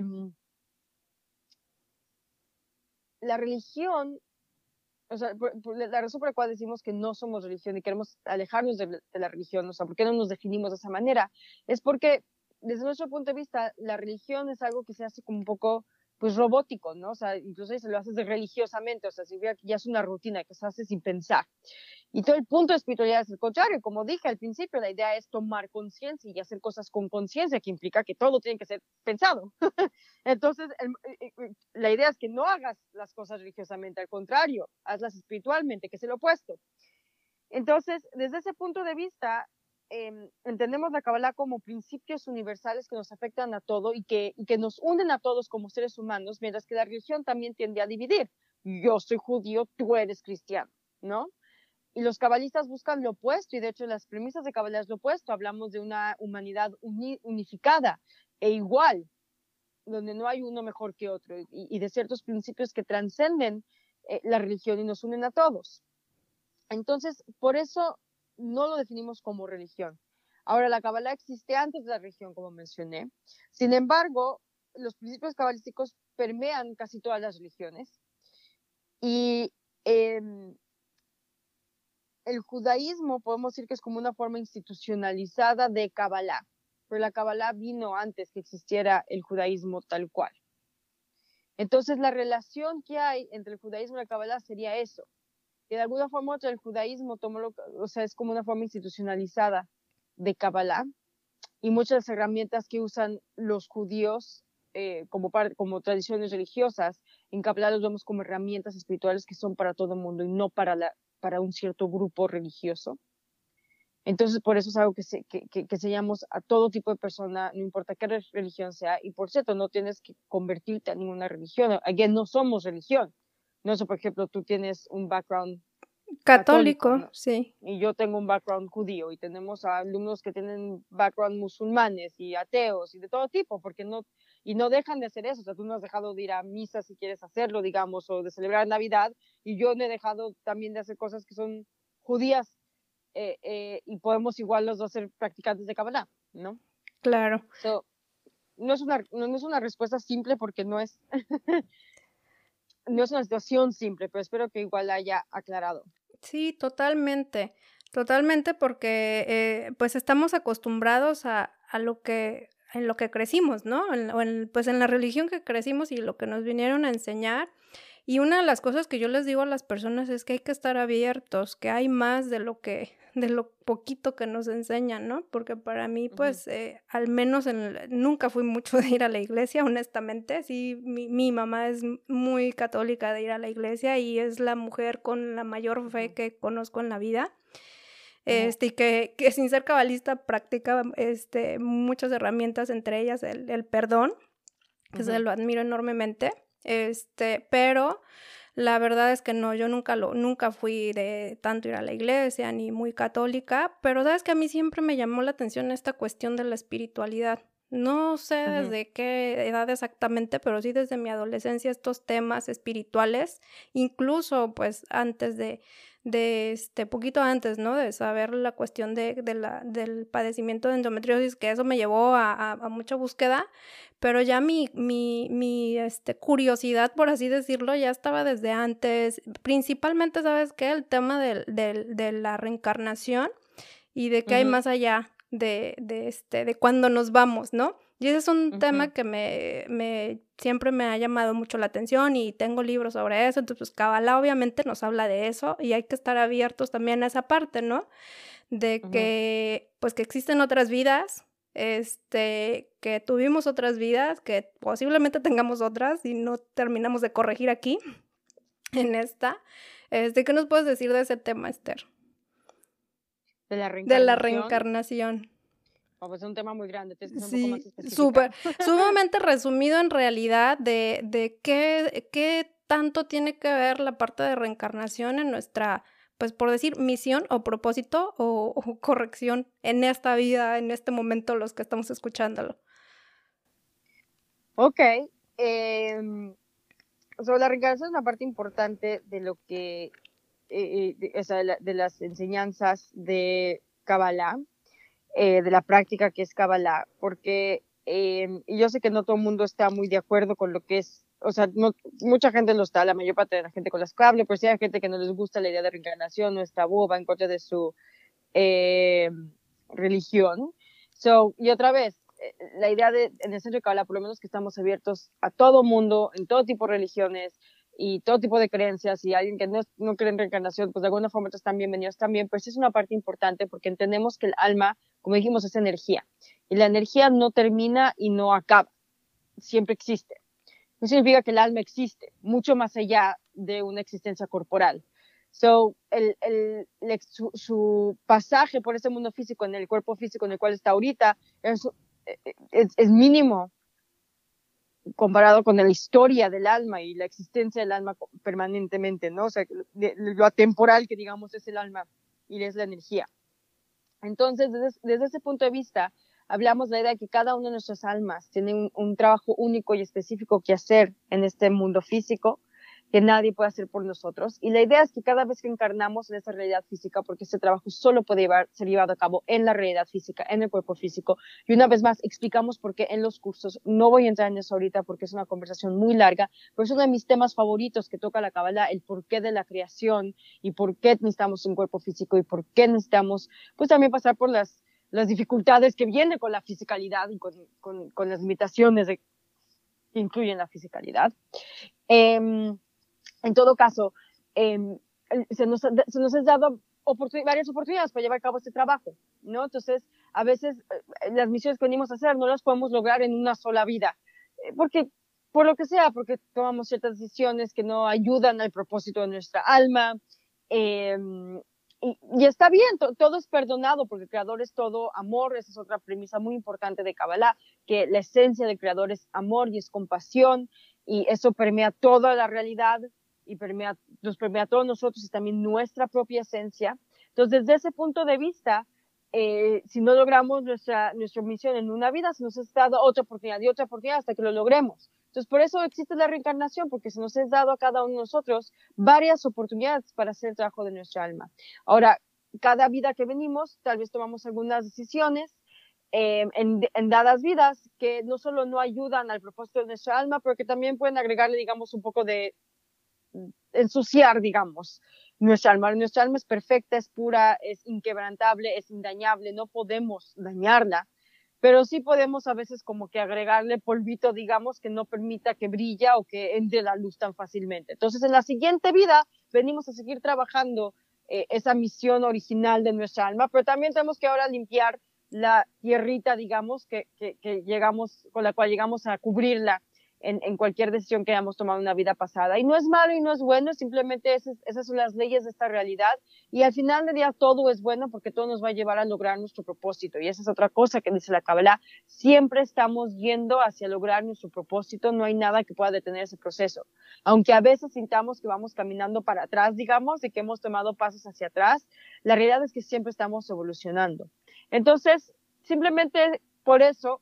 la religión, o sea, por, por la razón por la cual decimos que no somos religión y queremos alejarnos de, de la religión, o sea, ¿por qué no nos definimos de esa manera? Es porque, desde nuestro punto de vista, la religión es algo que se hace como un poco, pues, robótico, ¿no? O sea, incluso se lo haces de religiosamente, o sea, significa que ya es una rutina que se hace sin pensar. Y todo el punto de espiritualidad es el contrario. Como dije al principio, la idea es tomar conciencia y hacer cosas con conciencia, que implica que todo tiene que ser pensado. Entonces, el, la idea es que no hagas las cosas religiosamente, al contrario, hazlas espiritualmente, que es el opuesto. Entonces, desde ese punto de vista, eh, entendemos la Kabbalah como principios universales que nos afectan a todo y que, y que nos unen a todos como seres humanos, mientras que la religión también tiende a dividir. Yo soy judío, tú eres cristiano, ¿no? Y los cabalistas buscan lo opuesto, y de hecho las premisas de Kabbalah es lo opuesto. Hablamos de una humanidad uni, unificada e igual, donde no hay uno mejor que otro, y, y de ciertos principios que trascenden eh, la religión y nos unen a todos. Entonces, por eso no lo definimos como religión. Ahora, la Kabbalah existe antes de la religión, como mencioné. Sin embargo, los principios cabalísticos permean casi todas las religiones. Y eh, el judaísmo podemos decir que es como una forma institucionalizada de Kabbalah, pero la Kabbalah vino antes que existiera el judaísmo tal cual. Entonces la relación que hay entre el judaísmo y la Kabbalah sería eso, que de alguna forma u otra el judaísmo tomó lo, o sea, es como una forma institucionalizada de Kabbalah, y muchas de las herramientas que usan los judíos eh, como, par, como tradiciones religiosas, en Kabbalah los vemos como herramientas espirituales que son para todo el mundo y no para la para un cierto grupo religioso. Entonces, por eso es algo que, se, que, que, que enseñamos a todo tipo de persona, no importa qué religión sea, y por cierto, no tienes que convertirte a ninguna religión. Again, no somos religión. No sé, por ejemplo, tú tienes un background católico, católico, ¿no? Sí. Y yo tengo un background judío, y tenemos a alumnos que tienen background musulmanes y ateos y de todo tipo, porque no, y no dejan de hacer eso. O sea, tú no has dejado de ir a misa si quieres hacerlo, digamos, o de celebrar Navidad, y yo no he dejado también de hacer cosas que son judías, eh, eh, y podemos igual los dos ser practicantes de Kabbalah, ¿no? Claro. So, no es una, no, no es una respuesta simple porque no es, no es una situación simple, pero espero que igual haya aclarado. Sí, totalmente, totalmente, porque eh, pues estamos acostumbrados a, a lo que, en lo que crecimos, ¿no? En, o en, pues en la religión que crecimos y lo que nos vinieron a enseñar. Y una de las cosas que yo les digo a las personas es que hay que estar abiertos, que hay más de lo que, de lo poquito que nos enseñan, ¿no? Porque para mí, pues, uh-huh. eh, al menos en, nunca fui mucho de ir a la iglesia, honestamente. Sí, mi, mi mamá es muy católica de ir a la iglesia y es la mujer con la mayor fe uh-huh. que conozco en la vida. Este, y que, que sin ser cabalista practica este, muchas herramientas, entre ellas el, el perdón, que uh-huh. se lo admiro enormemente. Este, pero la verdad es que no, yo nunca lo, nunca fui de tanto ir a la iglesia, ni muy católica, pero sabes que a mí siempre me llamó la atención esta cuestión de la espiritualidad. No sé uh-huh. desde qué edad exactamente, pero sí desde mi adolescencia estos temas espirituales, incluso pues antes de, de este, poquito antes, ¿no? De saber la cuestión de, de la, del padecimiento de endometriosis, que eso me llevó a, a, a mucha búsqueda, pero ya mi, mi, mi este, curiosidad, por así decirlo, ya estaba desde antes, principalmente, ¿sabes qué? El tema de, de, de la reencarnación y de qué uh-huh. hay más allá de, de, este, de cuando nos vamos, ¿no? Y ese es un uh-huh. tema que me, me, siempre me ha llamado mucho la atención y tengo libros sobre eso. Entonces, pues, Kabbalah obviamente nos habla de eso y hay que estar abiertos también a esa parte, ¿no? De uh-huh. que, pues, que existen otras vidas, este, que tuvimos otras vidas, que posiblemente tengamos otras y no terminamos de corregir aquí, en esta. Este, ¿qué nos puedes decir de ese tema, Esther? De la reencarnación. De la reencarnación. Oh, pues es un tema muy grande, tienes que ser sí, un poco más específica. Súper, sumamente resumido en realidad de, de qué, qué tanto tiene que ver la parte de reencarnación en nuestra, pues por decir, misión o propósito o, o corrección en esta vida, en este momento, los que estamos escuchándolo. Ok, eh, sobre la reencarnación es una parte importante de lo que, eh, de, o sea, de, la, de las enseñanzas de Kabbalah, eh, de la práctica que es Kabbalah, porque eh, yo sé que no todo el mundo está muy de acuerdo con lo que es, o sea, no, mucha gente lo está, la mayor parte de la gente con las que hablo, pero sí hay gente que no les gusta la idea de reencarnación, no está boba en contra de su eh, religión. So, y otra vez, la idea de, en el centro de Kabbalah, por lo menos que estamos abiertos a todo mundo, en todo tipo de religiones, y todo tipo de creencias, y alguien que no, no cree en reencarnación, pues de alguna forma están bienvenidos también, pero sí es una parte importante porque entendemos que el alma, como dijimos, es energía, y la energía no termina y no acaba, siempre existe. No significa que el alma existe, mucho más allá de una existencia corporal. So, el, el, el, su, su pasaje por ese mundo físico, en el cuerpo físico en el cual está ahorita, es, es, es mínimo comparado con la historia del alma y la existencia del alma permanentemente, ¿no? O sea, de, de lo atemporal que digamos es el alma y es la energía. Entonces, desde, desde ese punto de vista, hablamos de la idea de que cada una de nuestras almas tiene un, un trabajo único y específico que hacer en este mundo físico, que nadie puede hacer por nosotros. Y la idea es que cada vez que encarnamos en esta realidad física, porque este trabajo solo puede llevar, ser llevado a cabo en la realidad física, en el cuerpo físico, y una vez más explicamos por qué en los cursos, no voy a entrar en eso ahorita porque es una conversación muy larga, pero es uno de mis temas favoritos que toca la Kabbalah, el porqué de la creación y por qué necesitamos un cuerpo físico y por qué necesitamos, pues también pasar por las, las dificultades que vienen con la fisicalidad y con, con, con las limitaciones de, que incluyen la fisicalidad. Eh, En todo caso, eh, se, nos, se nos ha dado oportun varias oportunidades para llevar a cabo este trabajo, ¿no? Entonces, a veces eh, las misiones que venimos a hacer no las podemos lograr en una sola vida, eh, porque, por lo que sea, porque tomamos ciertas decisiones que no ayudan al propósito de nuestra alma, eh, y, y está bien, to todo es perdonado, porque el Creador es todo amor. Esa es otra premisa muy importante de Kabbalah, que la esencia del Creador es amor y es compasión, y eso permea toda la realidad, y permea, nos permea a todos nosotros y también nuestra propia esencia. Entonces, desde ese punto de vista, eh, si no logramos nuestra, nuestra misión en una vida, se nos ha dado otra oportunidad y otra oportunidad hasta que lo logremos. Entonces, por eso existe la reencarnación, porque se nos ha dado a cada uno de nosotros varias oportunidades para hacer el trabajo de nuestra alma. Ahora, cada vida que venimos, tal vez tomamos algunas decisiones eh, en, en dadas vidas que no solo no ayudan al propósito de nuestra alma, pero que también pueden agregarle, digamos, un poco de ensuciar, digamos, nuestra alma. Nuestra alma es perfecta, es pura, es inquebrantable, es indañable, no podemos dañarla, pero sí podemos a veces como que agregarle polvito, digamos, que no permita que brilla o que entre la luz tan fácilmente. Entonces, en la siguiente vida venimos a seguir trabajando eh, esa misión original de nuestra alma, pero también tenemos que ahora limpiar la tierrita, digamos, que, que, que llegamos, con la cual llegamos a cubrirla En, en cualquier decisión que hayamos tomado en una vida pasada. Y no es malo y no es bueno, simplemente esas, esas son las leyes de esta realidad. Y al final del día todo es bueno porque todo nos va a llevar a lograr nuestro propósito. Y esa es otra cosa que dice la Kabbalah. Siempre estamos yendo hacia lograr nuestro propósito. No hay nada que pueda detener ese proceso. Aunque a veces sintamos que vamos caminando para atrás, digamos, y que hemos tomado pasos hacia atrás, la realidad es que siempre estamos evolucionando. Entonces, simplemente por eso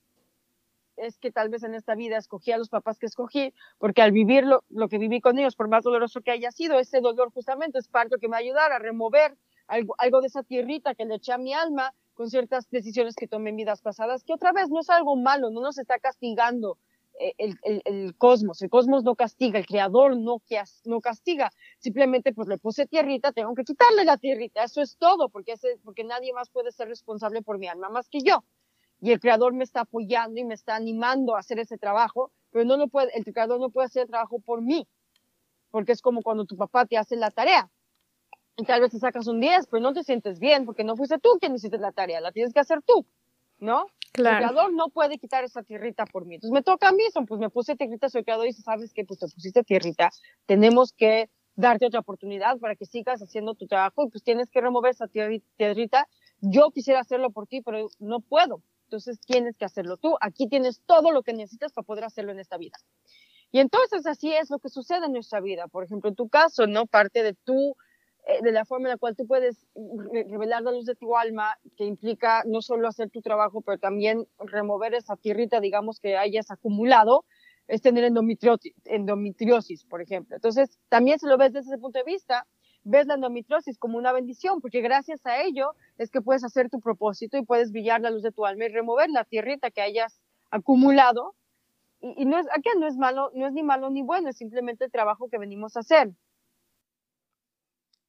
es que tal vez en esta vida escogí a los papás que escogí, porque al vivir lo, lo que viví con ellos, por más doloroso que haya sido, ese dolor justamente es parte que me va a ayudar a remover algo, algo de esa tierrita que le eché a mi alma con ciertas decisiones que tomé en vidas pasadas, que otra vez no es algo malo, no nos está castigando eh, el, el, el cosmos, el cosmos no castiga, el creador no, no castiga, simplemente pues le puse tierrita, tengo que quitarle la tierrita, eso es todo, porque, ese, porque nadie más puede ser responsable por mi alma más que yo. Y el creador me está apoyando y me está animando a hacer ese trabajo, pero no lo puede, el creador no puede hacer el trabajo por mí, porque es como cuando tu papá te hace la tarea y tal vez te sacas un diez, pero no te sientes bien porque no fuiste tú quien hiciste la tarea, la tienes que hacer tú, ¿no? Claro. El creador no puede quitar esa tierrita por mí. Entonces me toca a mí, son, pues me puse tierrita, soy el creador y dice, ¿sabes qué? Pues te pusiste tierrita, tenemos que darte otra oportunidad para que sigas haciendo tu trabajo y pues tienes que remover esa tierrita. Yo quisiera hacerlo por ti, pero no puedo. Entonces tienes que hacerlo tú. Aquí tienes todo lo que necesitas para poder hacerlo en esta vida. Y entonces así es lo que sucede en nuestra vida. Por ejemplo, en tu caso, ¿no? Parte de tu, eh, de la forma en la cual tú puedes revelar la luz de tu alma, que implica no solo hacer tu trabajo, pero también remover esa tierrita, digamos, que hayas acumulado, es tener endometriosis, endometriosis, por ejemplo. Entonces, también se lo ves desde ese punto de vista, ves la endometriosis como una bendición, porque gracias a ello es que puedes hacer tu propósito y puedes brillar la luz de tu alma y remover la tierrita que hayas acumulado. Y, y no es, aquí no es malo, no es ni malo ni bueno, es simplemente el trabajo que venimos a hacer.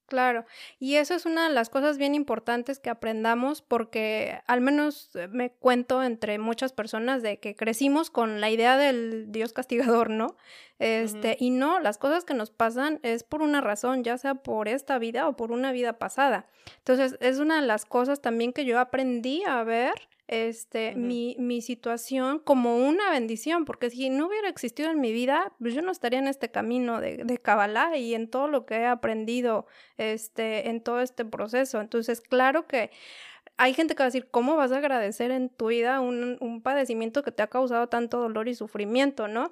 Claro, y eso es una de las cosas bien importantes que aprendamos porque al menos eh, me cuento entre muchas personas de que crecimos con la idea del Dios castigador, ¿no? Ujú, Este, y no, las cosas que nos pasan es por una razón, ya sea por esta vida o por una vida pasada. Entonces, es una de las cosas también que yo aprendí a ver, este, ujú, mi mi situación como una bendición, porque si no hubiera existido en mi vida, pues yo no estaría en este camino de de Kabbalah y en todo lo que he aprendido este, en todo este proceso. Entonces, claro que hay gente que va a decir, ¿cómo vas a agradecer en tu vida un, un padecimiento que te ha causado tanto dolor y sufrimiento, ¿no?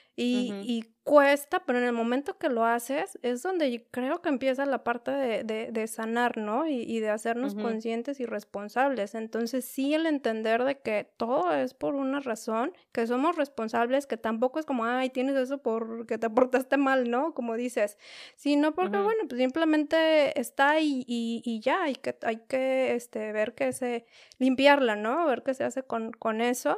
Y, ujú, y cuesta, pero en el momento que lo haces es donde yo creo que empieza la parte de, de, de sanar, ¿no? Y, y de hacernos ujú, conscientes y responsables. Entonces, sí, el entender de que todo es por una razón, que somos responsables, que tampoco es como, ay, tienes eso porque te portaste mal, ¿no? Como dices, sino porque, ujú. bueno, pues simplemente está y, y, y ya, hay que, hay que este, ver qué se, limpiarla, ¿no? Ver qué se hace con, con eso.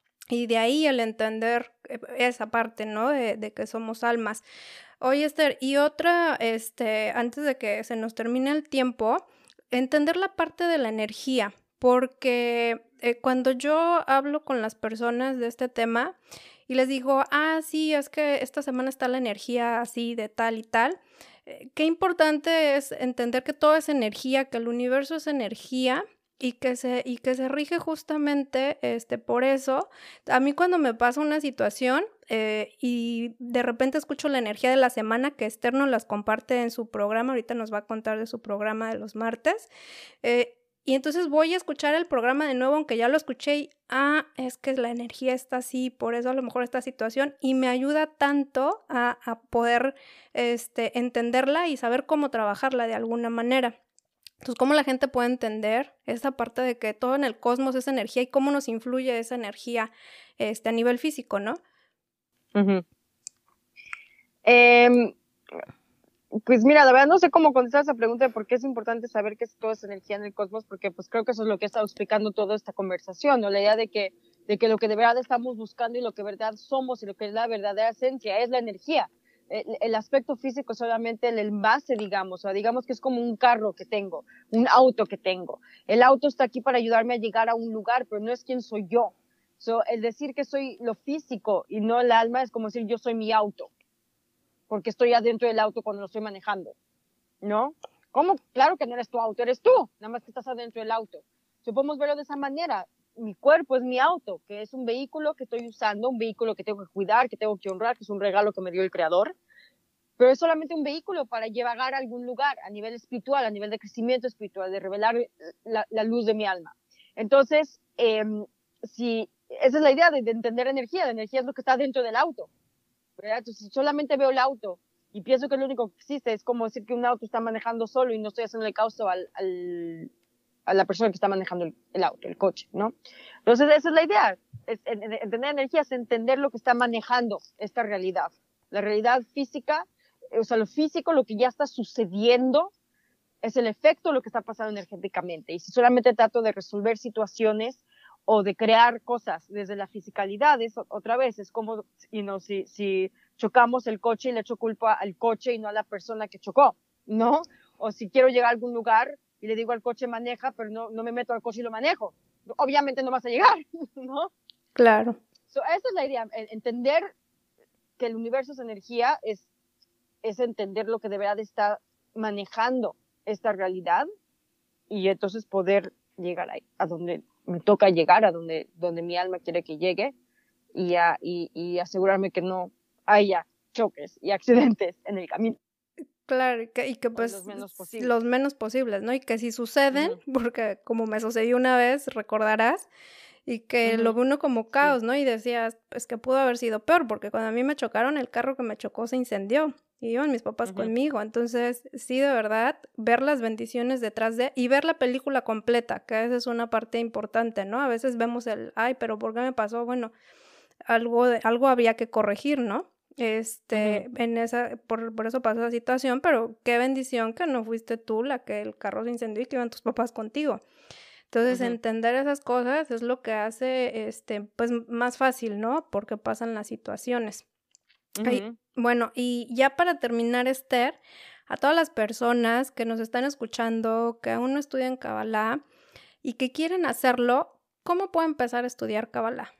Y de ahí el entender, eh, esa parte, ¿no? De de que somos almas. Oye, Esther, y otra, este, antes de que se nos termine el tiempo, entender la parte de la energía, porque, eh, cuando yo hablo con las personas de este tema y les digo: "Ah, sí, es que esta semana está la energía así de tal y tal", eh, qué importante es entender que todo es energía, que el universo es energía y que se y que se rige justamente, este, por eso. A mí cuando me pasa una situación, eh, y de repente escucho la energía de la semana que Esther nos las comparte en su programa, ahorita nos va a contar de su programa de los martes, eh, y entonces voy a escuchar el programa de nuevo, aunque ya lo escuché y, ah, es que la energía está así, por eso a lo mejor esta situación, y me ayuda tanto a a poder, este, entenderla y saber cómo trabajarla de alguna manera. Entonces, ¿cómo la gente puede entender esa parte de que todo en el cosmos es energía y cómo nos influye esa energía, este, a nivel físico, ¿no? Ujú. Em, pues mira, la verdad no sé cómo contestar esa pregunta de por qué es importante saber que todo es energía en el cosmos, porque pues creo que eso es lo que he estado explicando toda esta conversación, ¿no? La idea de que, de que lo que de verdad estamos buscando y lo que de verdad somos y lo que es la verdadera esencia es la energía. El, el aspecto físico es solamente el envase, digamos, o digamos que es como un carro que tengo, un auto que tengo. El auto está aquí para ayudarme a llegar a un lugar, pero no es quién soy yo. So, el decir que soy lo físico y no el alma es como decir yo soy mi auto porque estoy adentro del auto cuando lo estoy manejando, ¿no? ¿Cómo? Claro que no eres tu auto, eres tú, nada más que estás adentro del auto. So, podemos verlo de esa manera. Mi cuerpo es mi auto, que es un vehículo que estoy usando, un vehículo que tengo que cuidar, que tengo que honrar, que es un regalo que me dio el creador, pero es solamente un vehículo para llevar a algún lugar a nivel espiritual, a nivel de crecimiento espiritual, de revelar la, la luz de mi alma. Entonces, eh, si esa es la idea de, de entender energía, la energía es lo que está dentro del auto. ¿Verdad? Entonces, si solamente veo el auto y pienso que lo único que existe es como decir que un auto está manejando solo y no estoy haciendo el caso al, al, a la persona que está manejando el, el, auto, el coche, ¿no? Entonces, esa es la idea. Es, entender energía es entender lo que está manejando esta realidad. La realidad física, o sea, lo físico, lo que ya está sucediendo, es el efecto de lo que está pasando energéticamente. Y si solamente trato de resolver situaciones o de crear cosas desde la fisicalidad, es, otra vez, es como you know, si, si chocamos el coche y le echo culpa al coche y no a la persona que chocó, ¿no? O si quiero llegar a algún lugar y le digo al coche maneja, pero no, no me meto al coche y lo manejo. Obviamente no vas a llegar, ¿no? Claro. So, esa es la idea, entender que el universo es energía, es, es entender lo que de verdad está manejando esta realidad y entonces poder llegar ahí, a donde me toca llegar, a donde, donde mi alma quiere que llegue y, a, y, y asegurarme que no haya choques y accidentes en el camino. Claro, y que y que, O los pues, menos s posibles. los menos posibles, ¿no? Y que si suceden, Uh-huh. porque como me sucedió una vez, recordarás, y que lo Uh-huh. ve uno como Sí. caos, ¿no? Y decías, es que pudo haber sido peor, porque cuando a mí me chocaron, el carro que me chocó se incendió, y iban mis papás Uh-huh. conmigo. Entonces, sí, de verdad, ver las bendiciones detrás de y ver la película completa, que esa es una parte importante, ¿no? A veces vemos el: "Ay, pero ¿por qué me pasó?". Bueno, algo de algo había que corregir, ¿no? Uh-huh. Este, en esa por por eso pasó esa situación, pero qué bendición que no fuiste tú la que el carro se incendió y que iban tus papás contigo. Entonces, Uh-huh. entender esas cosas es lo que hace, este, pues, más fácil, ¿no? Porque pasan las situaciones. Ay, Uh-huh. bueno, y ya para terminar, Esther, a todas las personas que nos están escuchando, que aún no estudian Kabbalah y que quieren hacerlo, ¿cómo puedo empezar a estudiar Kabbalah?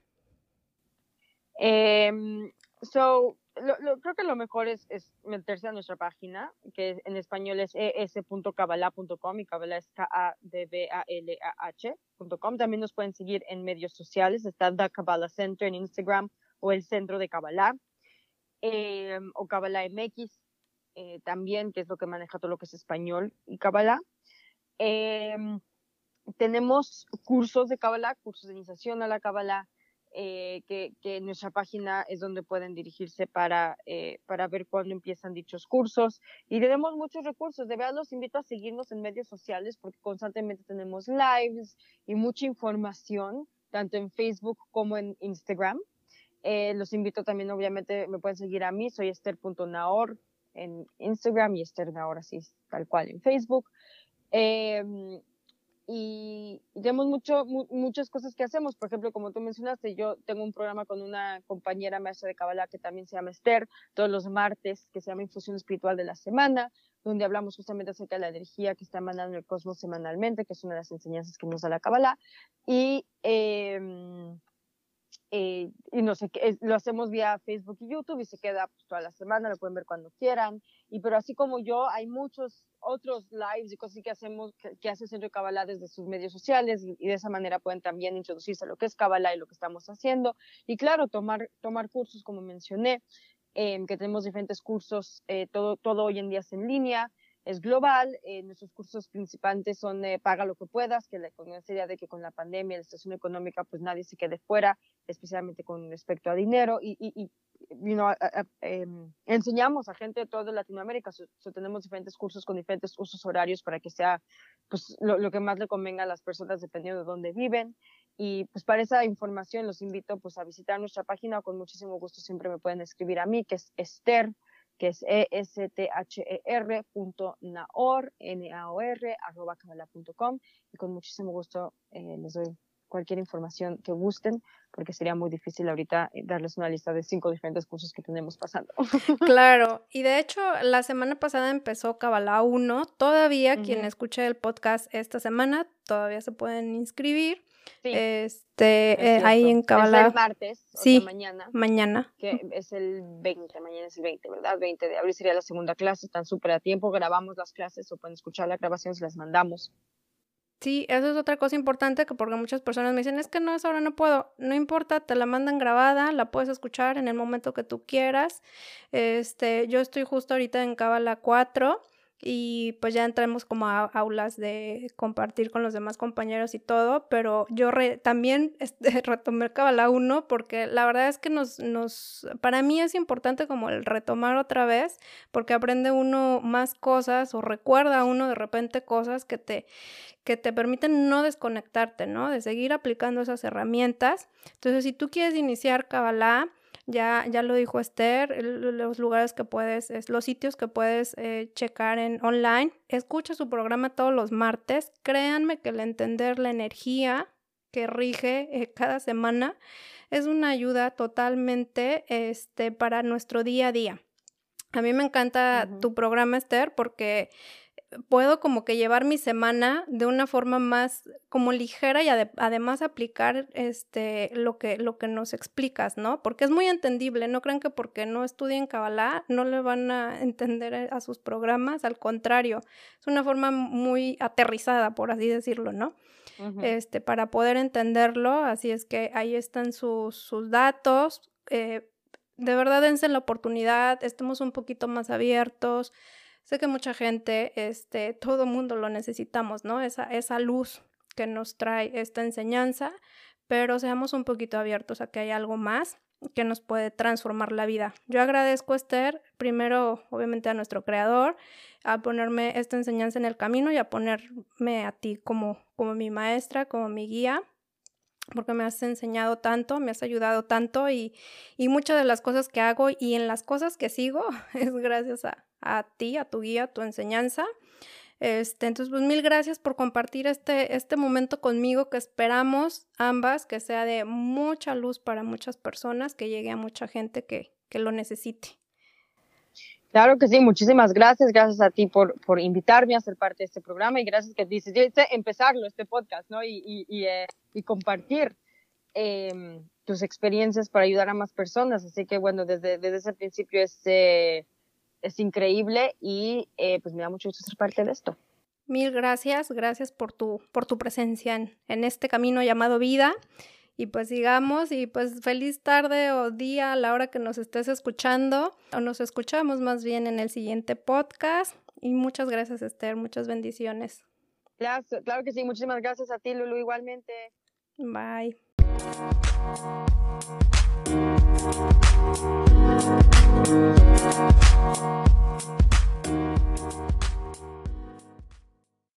Um, so, lo, lo, creo que lo mejor es, es meterse a nuestra página, que en español es e s punto kabbalah punto com y Kabbalah es K A D B A L A H punto com. También nos pueden seguir en medios sociales, está The Kabbalah Center en Instagram o el Centro de Kabbalah, eh, o Kabbalah M X eh, también, que es lo que maneja todo lo que es español y Kabbalah. Eh, tenemos cursos de Kabbalah, cursos de iniciación a la Kabbalah, Eh, que, que en nuestra página es donde pueden dirigirse para, eh, para ver cuándo empiezan dichos cursos. Y tenemos muchos recursos. De verdad los invito a seguirnos en medios sociales porque constantemente tenemos lives y mucha información, tanto en Facebook como en Instagram. Eh, los invito también, obviamente, me pueden seguir a mí, soy Esther punto Nahor en Instagram y Esther Nahor así tal cual en Facebook. Eh, Y tenemos mucho, mu muchas cosas que hacemos. Por ejemplo, como tú mencionaste, yo tengo un programa con una compañera maestra de Kabbalah que también se llama Esther, todos los martes, que se llama Infusión Espiritual de la Semana, donde hablamos justamente acerca de la energía que está emanando el cosmos semanalmente, que es una de las enseñanzas que nos da la Kabbalah. Y, eh, eh, y no sé, lo hacemos vía Facebook y YouTube y se queda pues, toda la semana, lo pueden ver cuando quieran. Y pero así como yo, hay muchos otros lives y cosas que hacemos, que, que hace Centro de Kabbalah desde sus medios sociales y, y de esa manera pueden también introducirse a lo que es Kabbalah y lo que estamos haciendo. Y claro, tomar, tomar cursos, como mencioné, eh, que tenemos diferentes cursos, eh, todo, todo hoy en día es en línea, es global. Eh, nuestros cursos principales son eh, Paga lo que puedas, que la, con esa idea de que con la pandemia, la situación económica, pues nadie se quede fuera, especialmente con respecto a dinero, y, y, y you know, a, a, eh, enseñamos a gente de toda Latinoamérica, so, so tenemos diferentes cursos con diferentes usos horarios para que sea pues, lo, lo que más le convenga a las personas dependiendo de dónde viven. Y pues para esa información los invito pues a visitar nuestra página, o con muchísimo gusto siempre me pueden escribir a mí, que es Esther, que es E S T H E R punto Nahor, N A O R, arroba kabbalah punto com, y con muchísimo gusto eh, les doy cualquier información que gusten, porque sería muy difícil ahorita darles una lista de cinco diferentes cursos que tenemos pasando. Claro, y de hecho la semana pasada empezó Kabbalah uno, todavía uh-huh. Quien escuche el podcast esta semana, todavía se pueden inscribir. Sí, este, eh, ahí en Kabbalah. Es el martes, sí, o sea, mañana. Mañana. Que es el veinte, mañana es el veinte, ¿verdad? veinte de abril sería la segunda clase, están súper a tiempo, grabamos las clases o pueden escuchar la grabación si las mandamos. Sí, eso es otra cosa importante, que porque muchas personas me dicen, es que no, es ahora no puedo. No importa, te la mandan grabada, la puedes escuchar en el momento que tú quieras. Este, yo estoy justo ahorita en Kabbalah cuatro y pues ya entramos como a aulas de compartir con los demás compañeros y todo, pero yo re, también este, retomé Kabbalah uno porque la verdad es que nos, nos, para mí es importante como el retomar otra vez, porque aprende uno más cosas o recuerda uno de repente cosas que te, que te permiten no desconectarte, ¿no? De seguir aplicando esas herramientas. Entonces, si tú quieres iniciar Kabbalah, Ya, ya lo dijo Esther, el, los lugares que puedes, es, los sitios que puedes eh, checar en online. Escucha su programa todos los martes. Créanme que el entender la energía que rige eh, cada semana es una ayuda totalmente este, para nuestro día a día. A mí me encanta uh-huh. tu programa, Esther, porque puedo como que llevar mi semana de una forma más como ligera y ade- además aplicar este lo que, lo que nos explicas, ¿no? Porque es muy entendible, no crean que porque no estudien Kabbalah no le van a entender a sus programas, al contrario, es una forma muy aterrizada, por así decirlo, ¿no? Uh-huh. Este, para poder entenderlo, así es que ahí están sus, sus datos, eh, de verdad dense la oportunidad, estemos un poquito más abiertos. Sé que mucha gente, este, todo mundo lo necesitamos, ¿no? Esa, esa luz que nos trae esta enseñanza, pero seamos un poquito abiertos a que hay algo más que nos puede transformar la vida. Yo agradezco, Esther, primero, obviamente, a nuestro creador, a ponerme esta enseñanza en el camino y a ponerme a ti como, como mi maestra, como mi guía, porque me has enseñado tanto, me has ayudado tanto y, y muchas de las cosas que hago y en las cosas que sigo es gracias a, a ti, a tu guía, a tu enseñanza. Este, entonces, pues mil gracias por compartir este, este momento conmigo, que esperamos ambas que sea de mucha luz para muchas personas, que llegue a mucha gente que, que lo necesite. Claro que sí, muchísimas gracias, gracias a ti por, por invitarme a ser parte de este programa y gracias que decidiste empezarlo, este podcast, ¿no? Y, y, y, eh, y compartir eh, tus experiencias para ayudar a más personas. Así que bueno, desde, desde ese principio es, eh, es increíble y eh, pues me da mucho gusto ser parte de esto. Mil gracias, gracias por tu, por tu presencia en, en este camino llamado vida. Y pues sigamos, y pues feliz tarde o día a la hora que nos estés escuchando, o nos escuchamos más bien en el siguiente podcast. Y muchas gracias, Esther, muchas bendiciones. Claro, claro que sí, muchísimas gracias a ti, Lulu, igualmente. Bye.